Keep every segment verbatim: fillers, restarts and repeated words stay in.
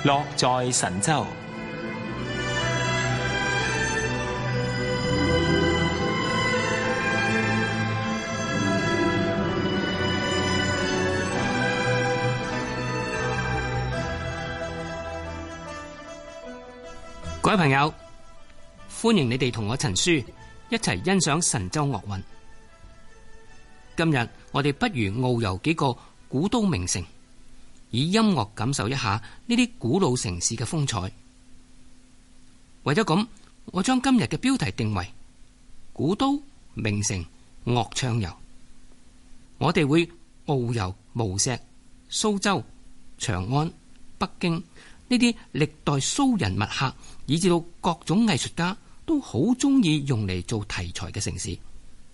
樂在神州。 各位朋友，歡迎你哋同我陳書一齊欣賞神州樂韻。今日我哋不如遨遊幾個古都名城，以音樂感受一下呢啲古老城市嘅風采。為咗咁，我將今日嘅標題定為古都名城樂暢遊。我哋會遨遊無錫、蘇州、長安、北京呢啲歷代蘇人墨客，以至到各種藝術家都好中意用嚟做題材嘅城市。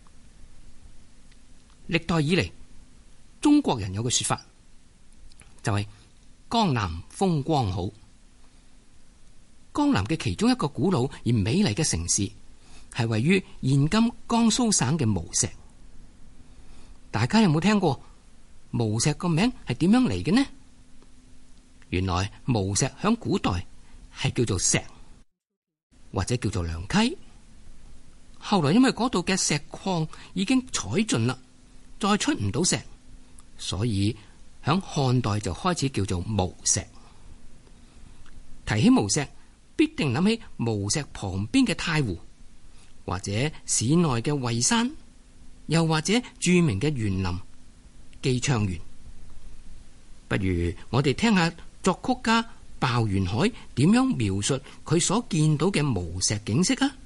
歷代以嚟，中國人有個說法，就係江南風光好。江南嘅其中一個古老而美麗嘅城市，係位於現今江蘇省嘅無錫。大家有冇聽過無錫個名係點樣嚟嘅呢？原來無錫響古代係叫做石，或者叫做良溪。後來因為嗰度嘅石礦已經採盡啦，再出唔到石，所以響漢代就開始叫做無錫。提起無錫，必定諗起無錫旁邊嘅太湖，或者市內嘅惠山，又或者著名嘅園林寄暢園。不如我哋聽下作曲家鮑元海點樣描述佢所見到嘅無錫景色啊！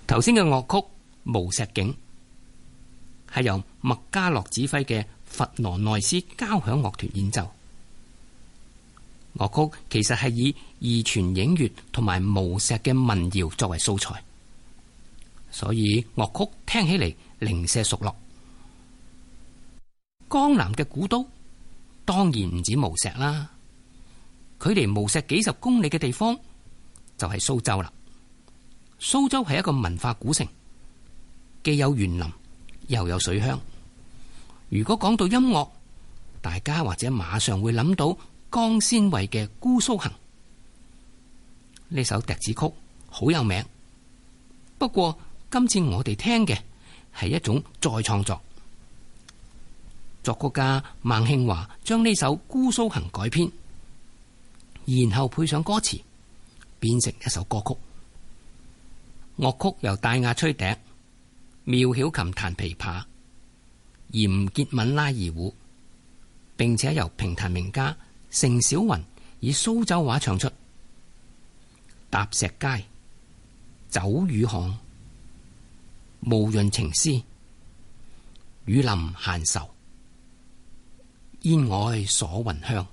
頭先嘅樂曲《無石境》係由麥嘉樂指揮嘅佛羅內斯交響樂團演奏。樂曲其實係以二泉映月同埋無石嘅民謠作為素材，所以樂曲聽起嚟零舍熟絡。江南嘅古都當然唔止無石啦，距離無石幾十公里嘅地方就係蘇州啦。蘇州係一個文化古城，既有園林又有水鄉。如果講到音樂，大家或者馬上會諗到江仙慧嘅《姑蘇行》，呢首笛子曲好有名。不過今次我哋聽嘅係一種再創作，作曲家孟慶華將呢首《姑蘇行》改編，然後配上歌詞，變成一首歌曲。樂曲由戴亞吹笛，妙曉琴彈琵琶，嚴潔敏拉二胡，並且由評彈名家盛小雲以蘇州話唱出。踏石街，酒雨巷，暮潤情思，雨林閒愁，煙外鎖雲香。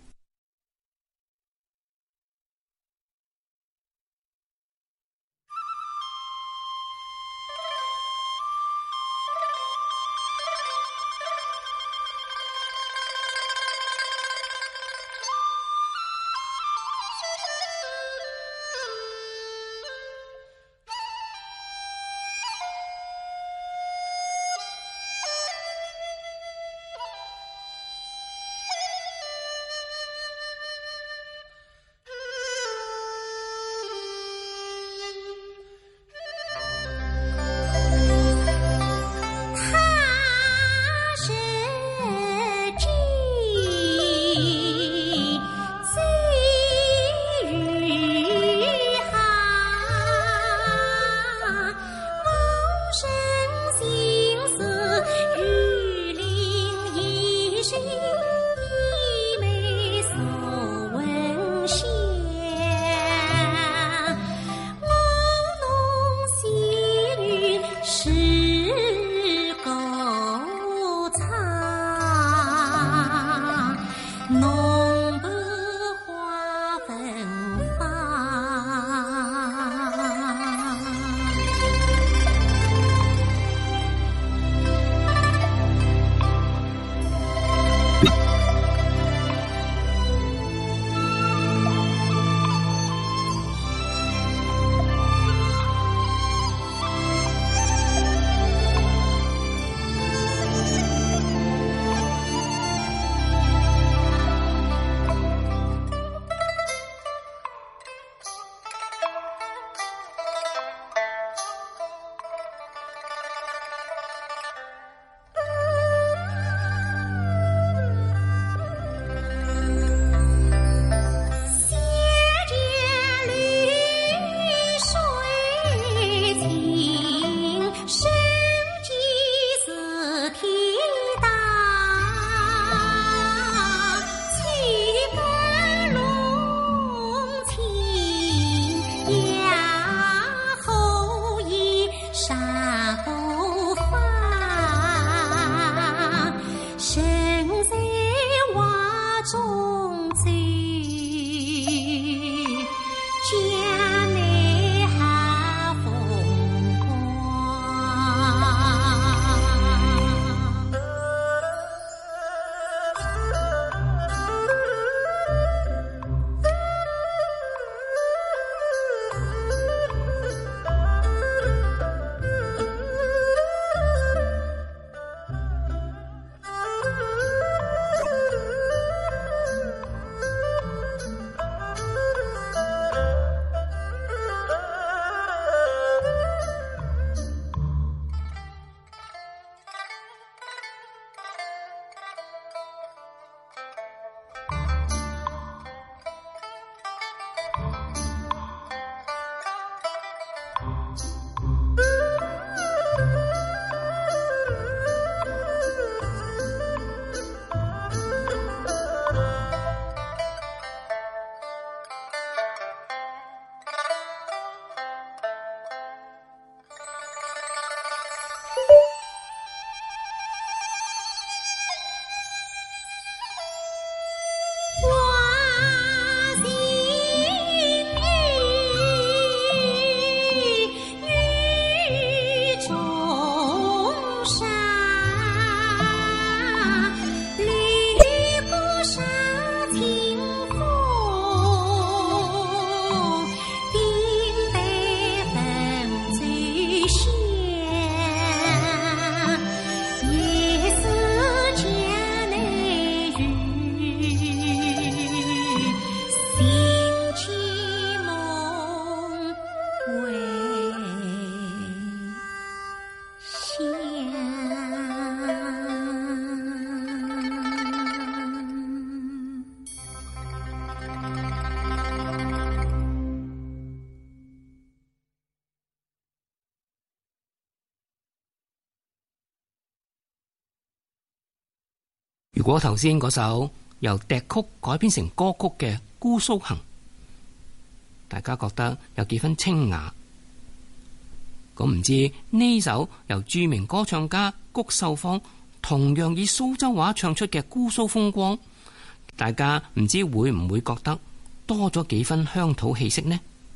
如果頭先嗰首由笛曲改編成歌曲嘅《姑蘇行》，大家覺得有幾分清雅，咁唔知呢首由著名歌唱家谷秀芳同樣以蘇州話唱出嘅《姑蘇風光》，大家唔知會唔會覺得多咗幾分鄉土氣息呢？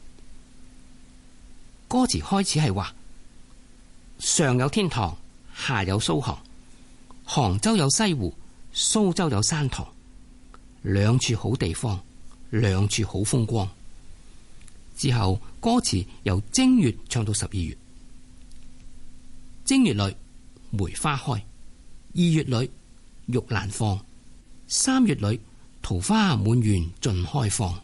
歌詞開始係話：上有天堂，下有蘇杭，杭州有西湖，蘇州有山塘，兩處好地方，兩處好風光。之後歌詞由正月唱到十二月。正月裏梅花開，二月裏玉蘭放，三月裏桃花滿園盡開放。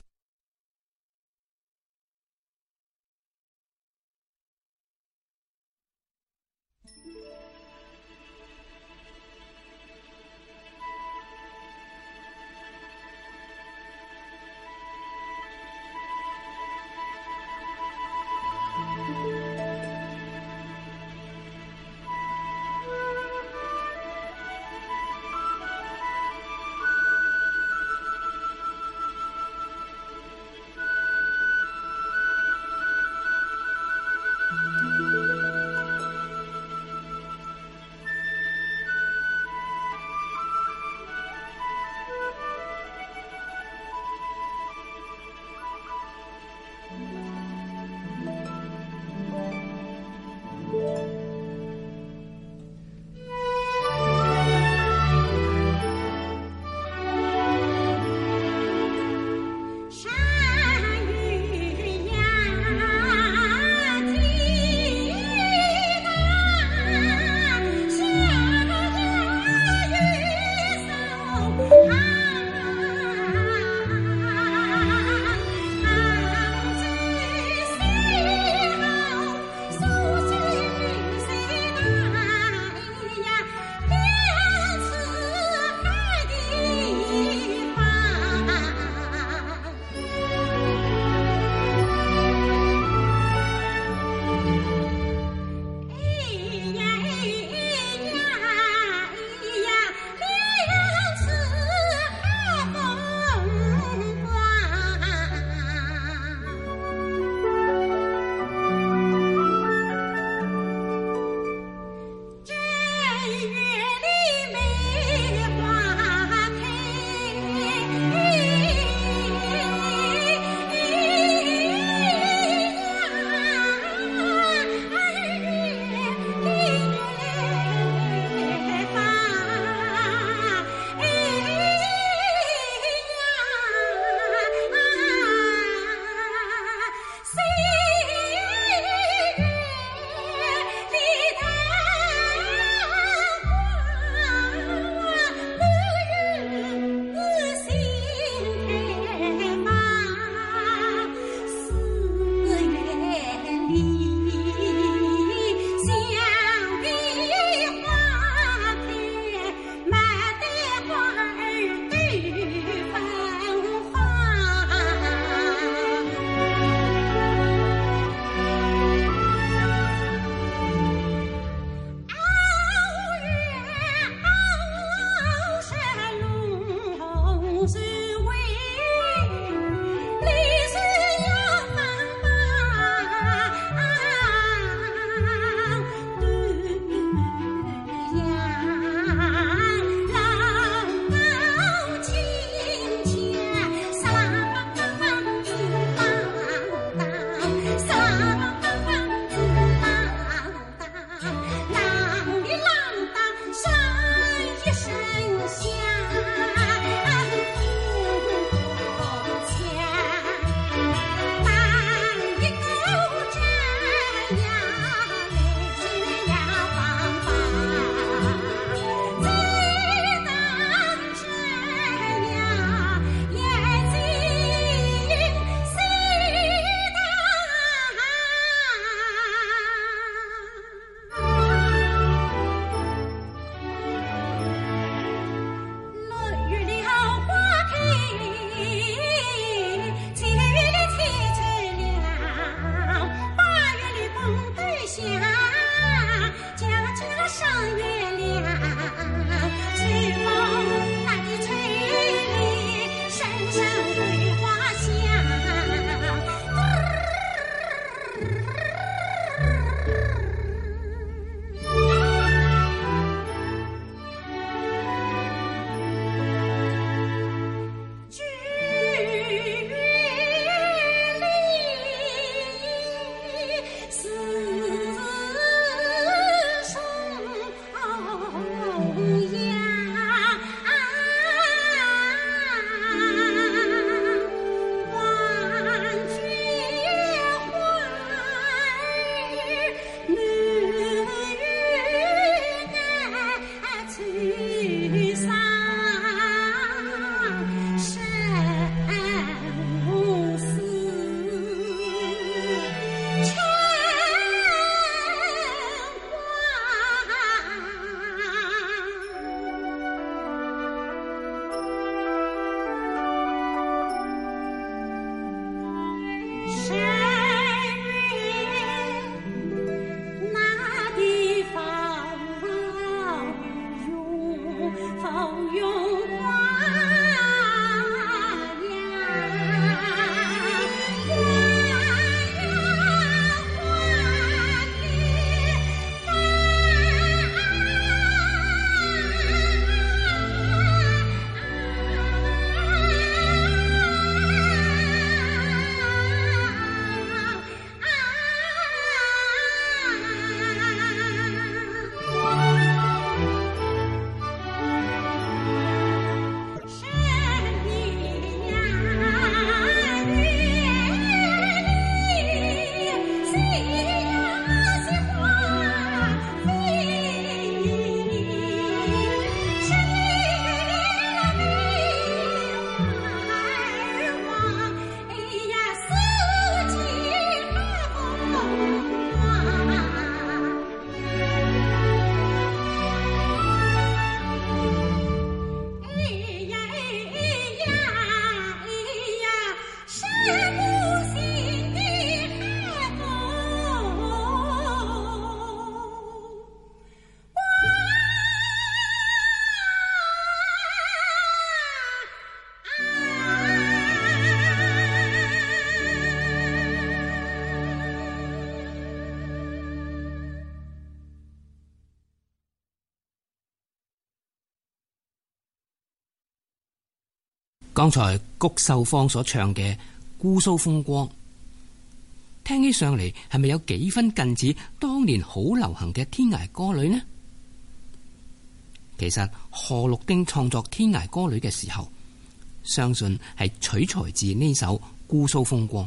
剛才谷秀芳所唱嘅《姑蘇風光》，聽起上嚟係咪有幾分近似當年好流行嘅《天涯歌女》呢？其實賀綠丁創作《天涯歌女》嘅時候，相信係取材自呢首《姑蘇風光》。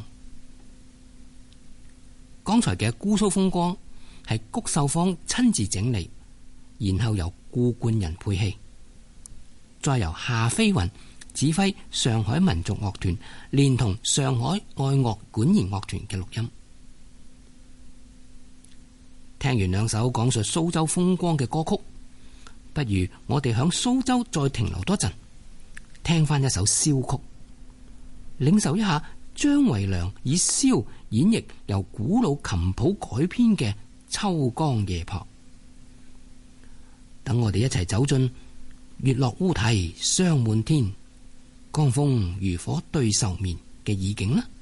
剛才嘅《姑蘇風光》係谷秀芳親自整理，然後由顧冠仁配器，再由夏飛雲指揮上海民族樂團連同上海愛樂管弦樂團嘅錄音。聽完兩首講述蘇州風光嘅歌曲，不如我哋響蘇州再停留多陣，聽翻一首簫曲，領受一下張維良以簫演繹由古老琴譜改編嘅《秋江夜泊》。等我哋一齊走進月落烏啼霜滿天，江楓漁火對愁眠嘅意境啦。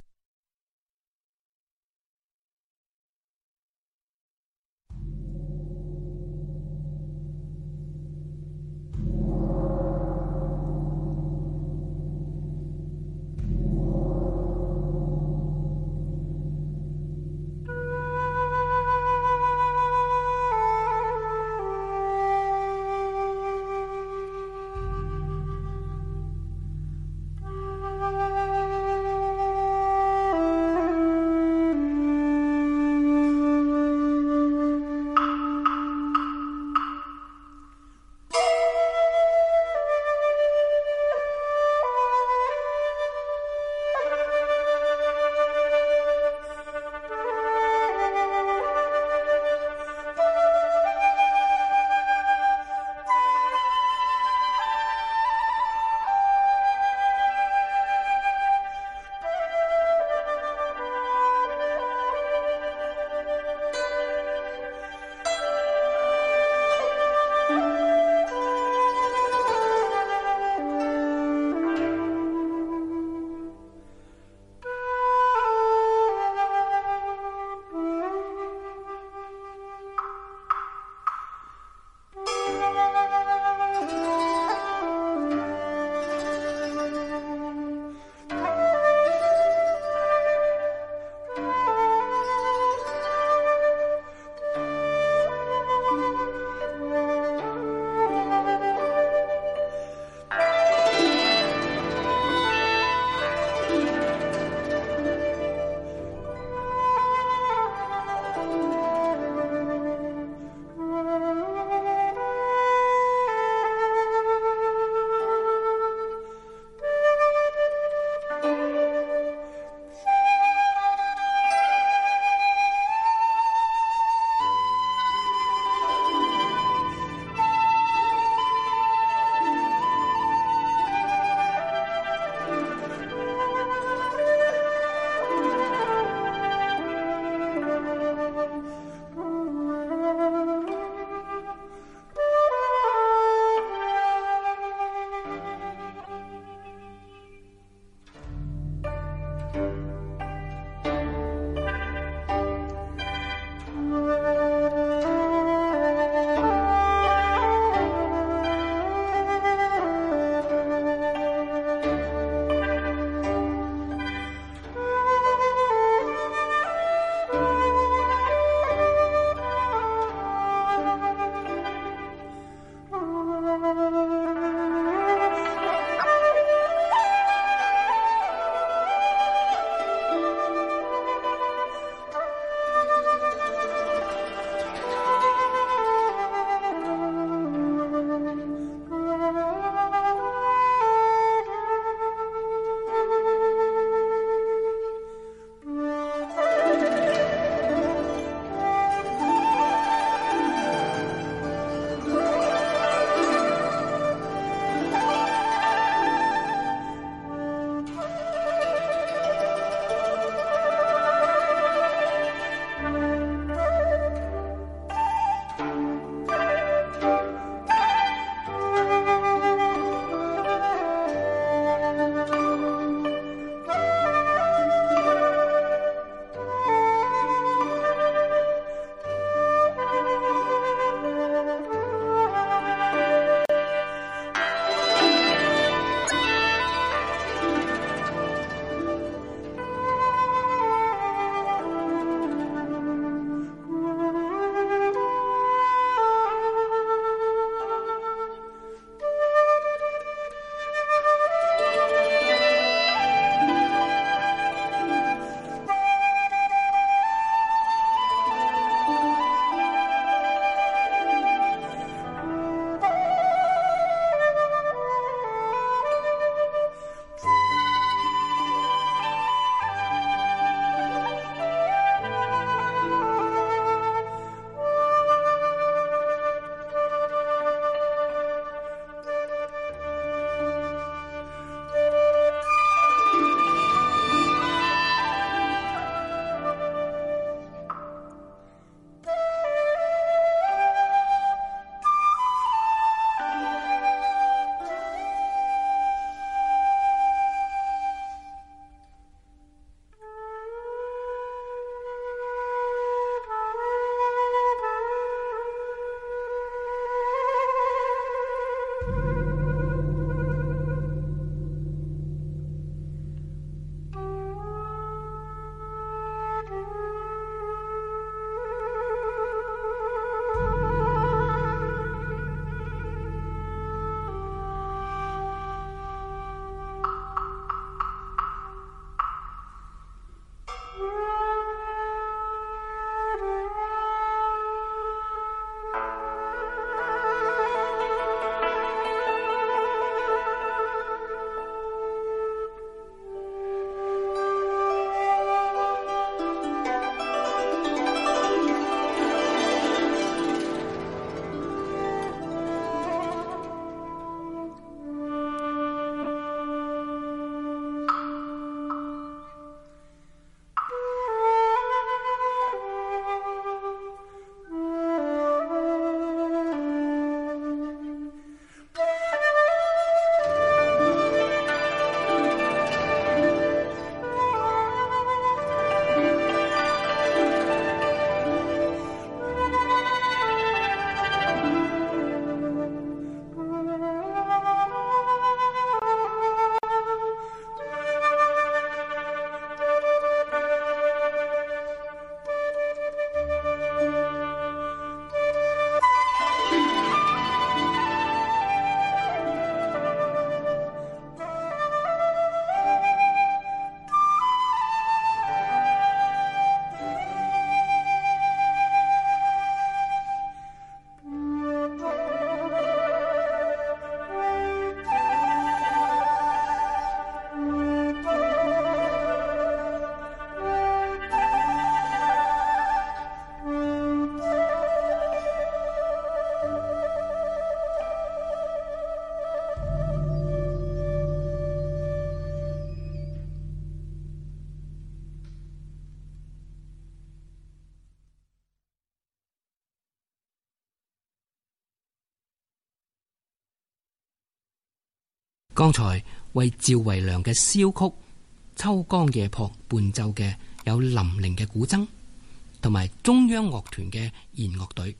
剛才為趙維良嘅簫曲《秋江夜泊》伴奏嘅有林玲嘅古箏，同埋中央樂團嘅弦樂隊。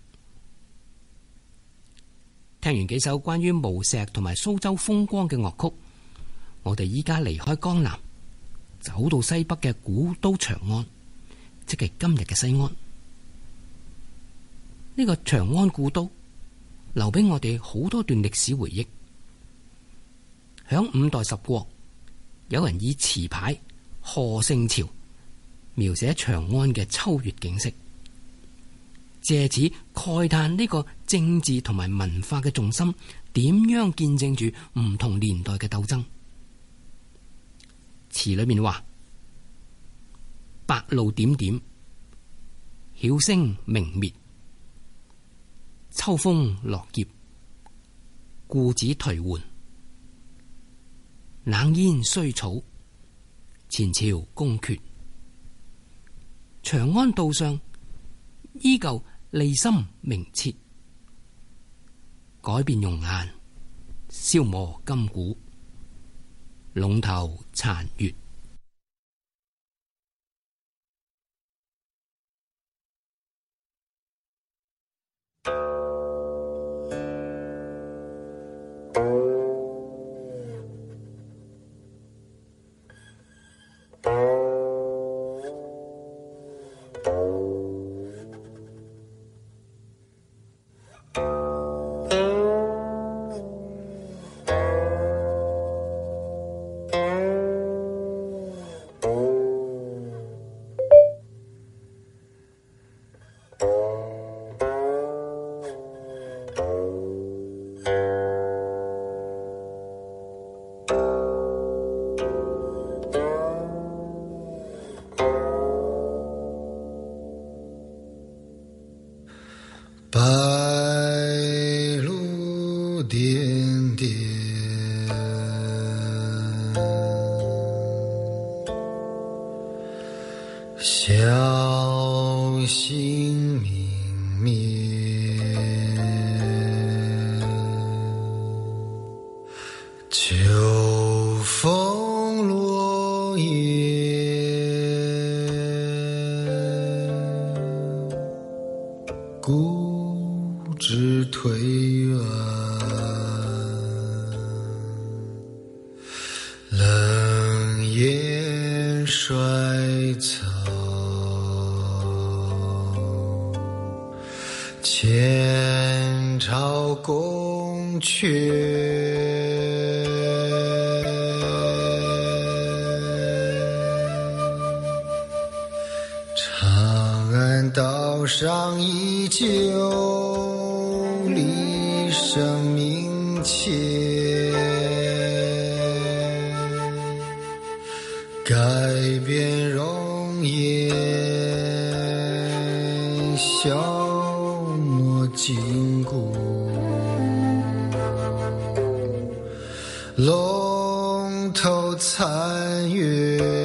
聽完幾首關於無錫同埋蘇州風光嘅樂曲，我哋依家離開江南，走到西北嘅古都長安，即係今日嘅西安。呢、這個長安故都留俾我哋好多段歷史回憶。響五代十國，有人以詞牌《賀聖朝》描寫長安嘅秋月景色，借此慨嘆呢個政治同埋文化嘅重心點樣見證住唔同年代嘅鬥爭。詞裏面話：白露點點，曉聲明滅，秋風落葉，故址頹垣，冷煙衰草，前朝宮闕。長安道上依舊麗心明澈，改變容顏，消磨今古，隴頭殘月。 白露點點，曉星明滅，秋風落葉，故知頹垣，冷煙衰草，前朝宮闕。长安道上依旧笛声鸣切，改变容颜，消磨今古，龙头残月。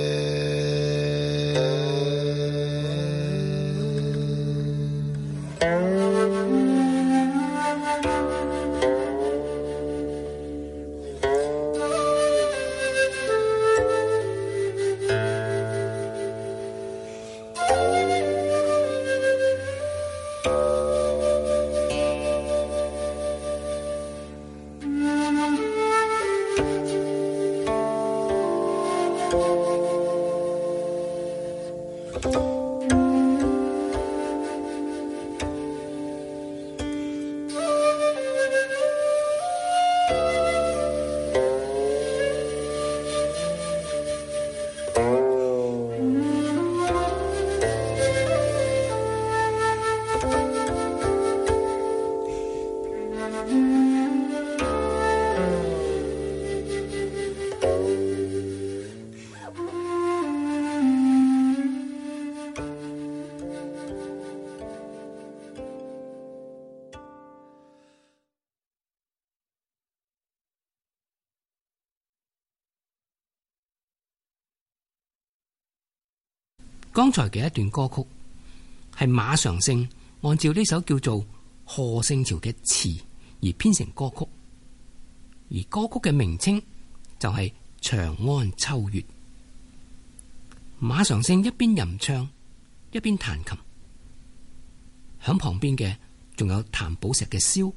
剛才嘅一段歌曲係馬常勝按照呢首叫做《賀聖朝》嘅詞而編成歌曲。 而歌曲嘅名稱就係《長安秋月》。馬常勝一邊吟唱一邊彈琴，響旁邊嘅仲有譚寶石嘅簫，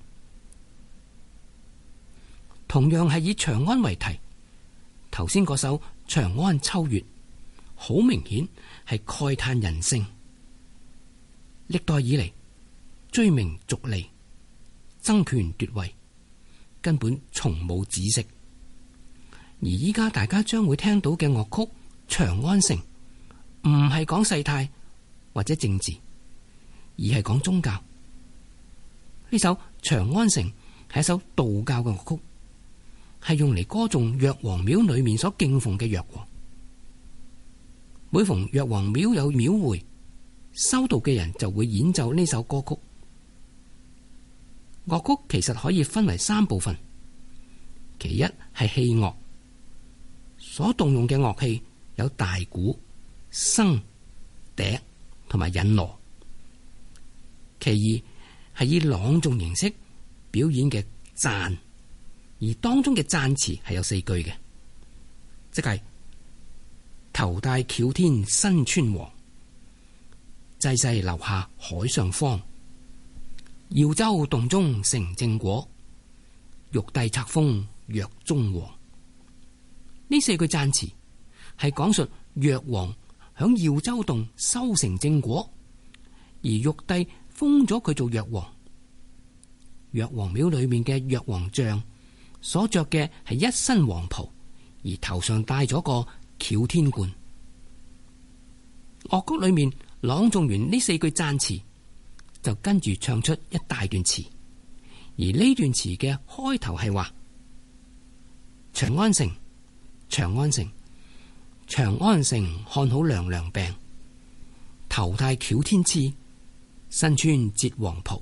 同樣係以長安為題。頭先嗰首《長安秋月》好明顯係慨嘆人性，歷代以嚟追名逐利、爭權奪位，根本從冇止息。而依家大家將會聽到嘅樂曲《長安城》，唔係講世態或者政治，而係講宗教。呢首《長安城》係一首道教嘅樂曲，係用嚟歌頌藥王廟裏面所敬奉嘅藥王。每逢藥王廟有廟會，修道嘅人就會演奏呢首歌曲。樂曲其實可以分為三部分，其一係器樂，所動用嘅樂器有大鼓、笙、笛同埋引鑼。其二係以朗誦形式表演嘅讚，而當中嘅讚詞係有四句嘅，即係頭戴轎天身穿黃，濟世留下海上芳，耀州洞中成正果，玉帝冊封藥中王。呢四句讚詞係講述藥王響耀州洞修成正果，而玉帝封咗佢做藥王。藥王廟裏面嘅藥王像所着嘅係一身黃袍，而頭上戴咗個轎天冠。樂曲裏面朗誦完呢四句讚詞，就跟住唱出一大段詞，而呢段詞嘅開頭係話：長安城，長安城，長安城，看好娘娘病，頭戴轎天翅，身穿捷黃袍。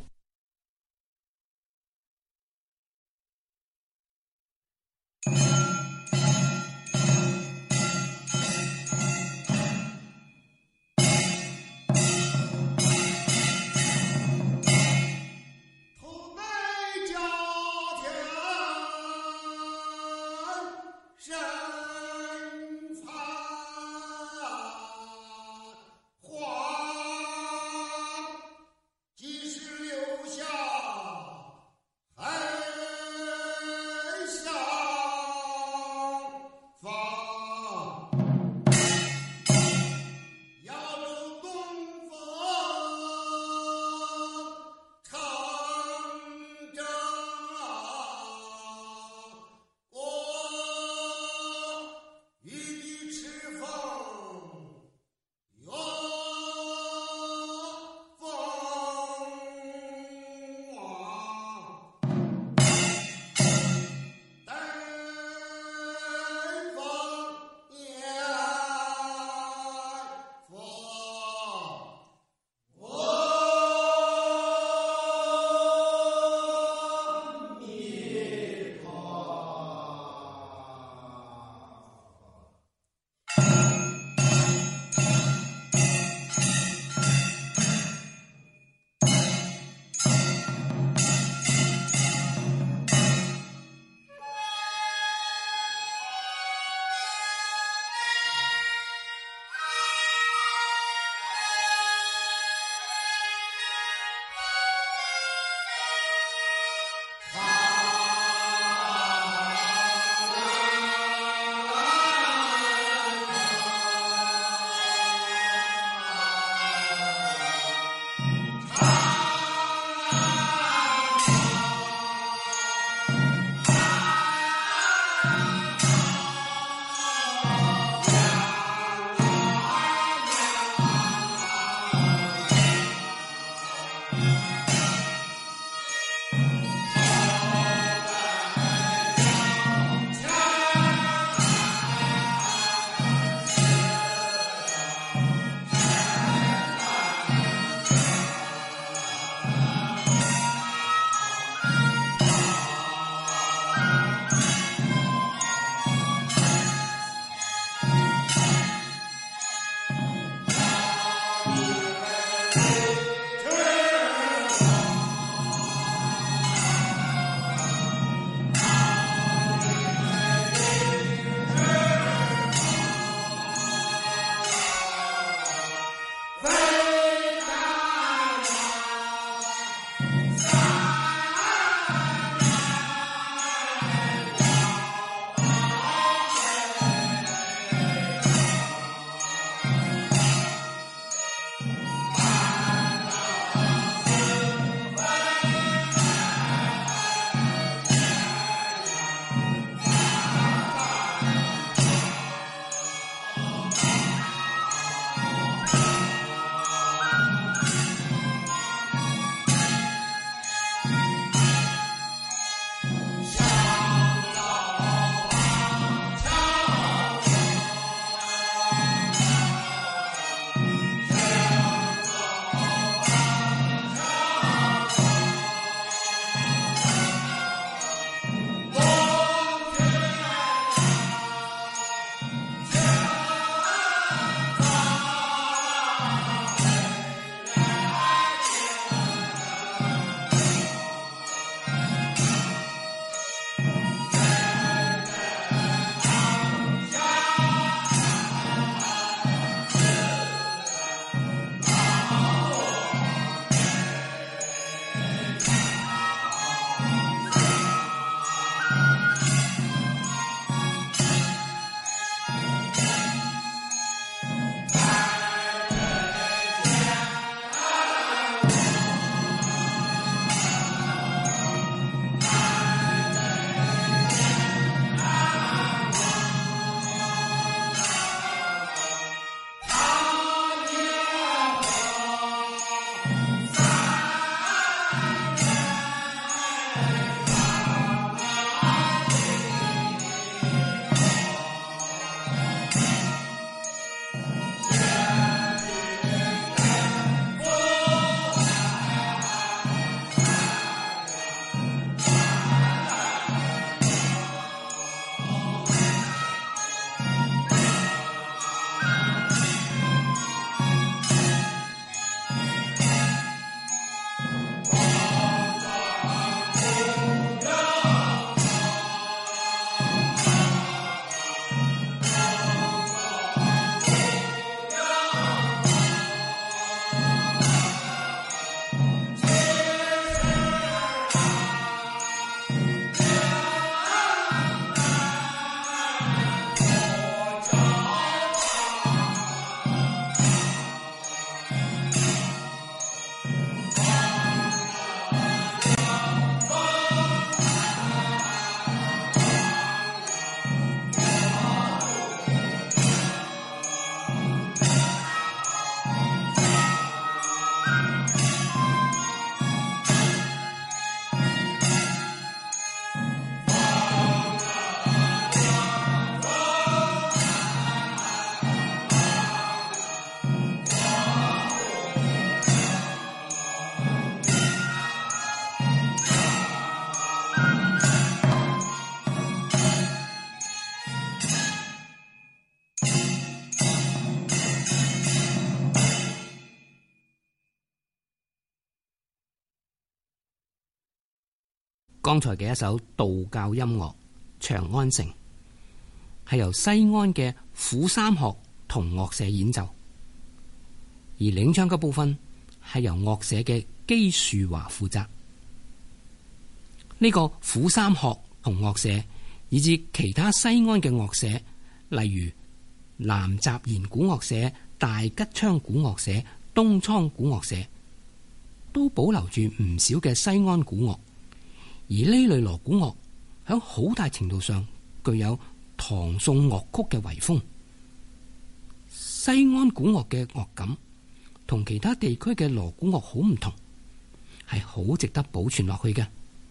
剛才嘅一首道教音樂《長安城》，係由西安嘅府三學同樂社演奏，而領唱嘅部分係由樂社嘅姬樹華負責。呢、這個府三學同樂社以至其他西安嘅樂社，例如南集賢古樂社、大吉昌古樂社、東倉古樂社，都保留住唔少嘅西安古樂。而呢類鑼鼓樂喺好大程度上具有唐宋樂曲嘅遺風。西安古樂嘅樂感同其他地區嘅鑼鼓樂好唔同，係好值得保存落去嘅。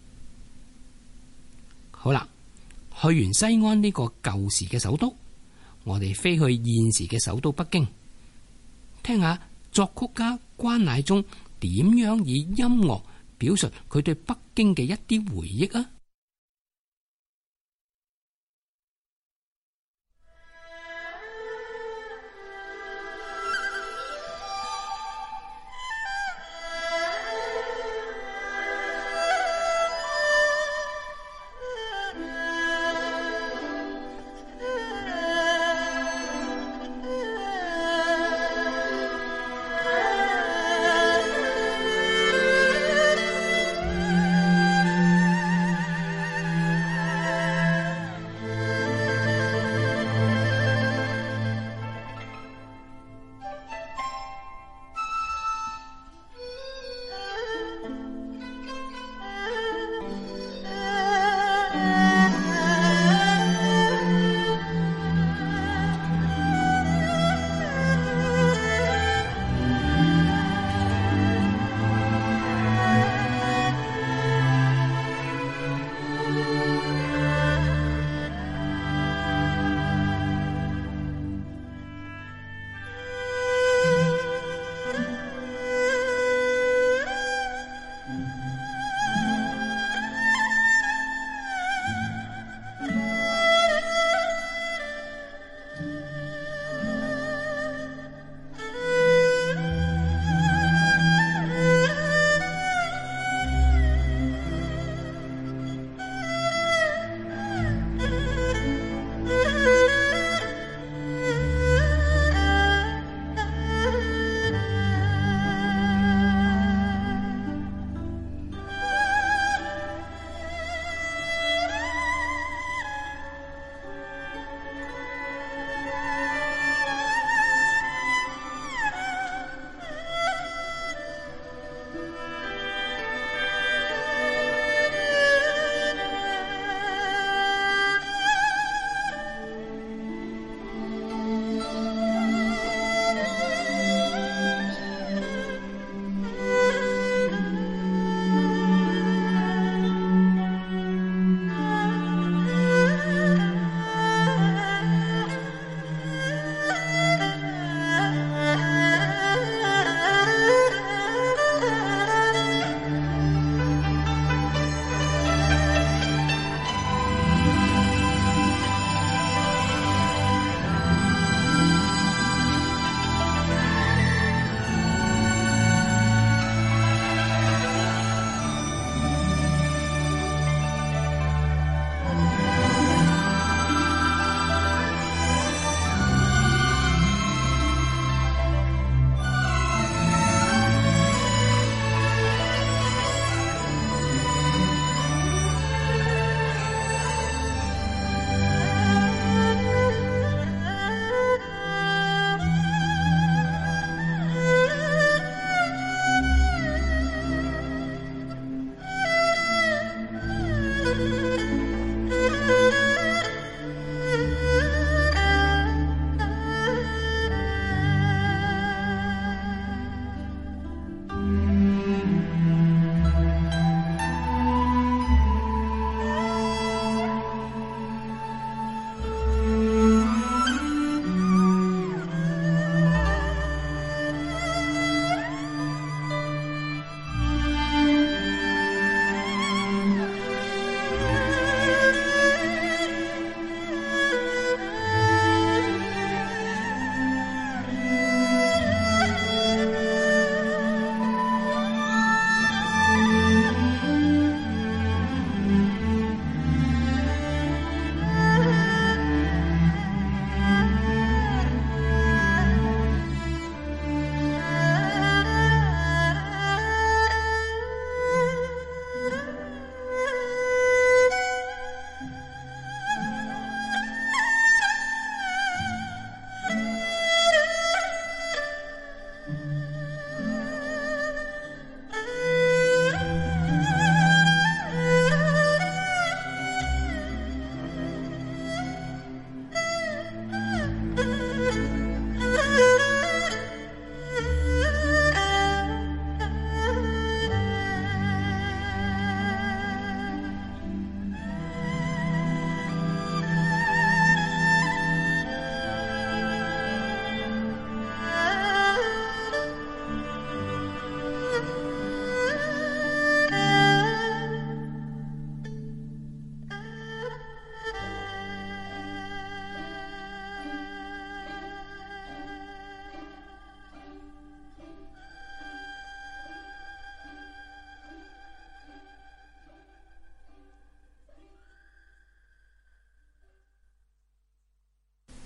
好啦，去完西安呢個舊時嘅首都，我哋飛去現時嘅首都北京，聽下作曲家關乃忠點樣以音樂表述佢對北京嘅一啲回憶啊！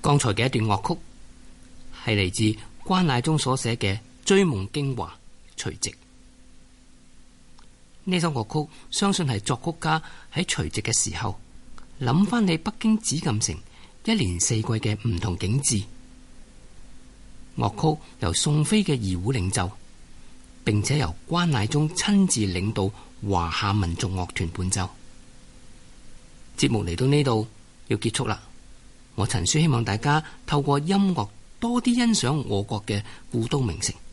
剛才嘅一段樂曲係嚟自關乃忠所寫嘅《追夢京華除夕》。呢首樂曲相信係作曲家喺除夕嘅時候諗翻起北京紫禁城一年四季嘅唔同景致。樂曲由宋飛嘅二胡領奏，並且由關乃忠親自領導華夏民族樂團伴奏。節目嚟到呢度要結束啦，我陳書希望大家透過音樂多啲欣賞我國嘅故都名城。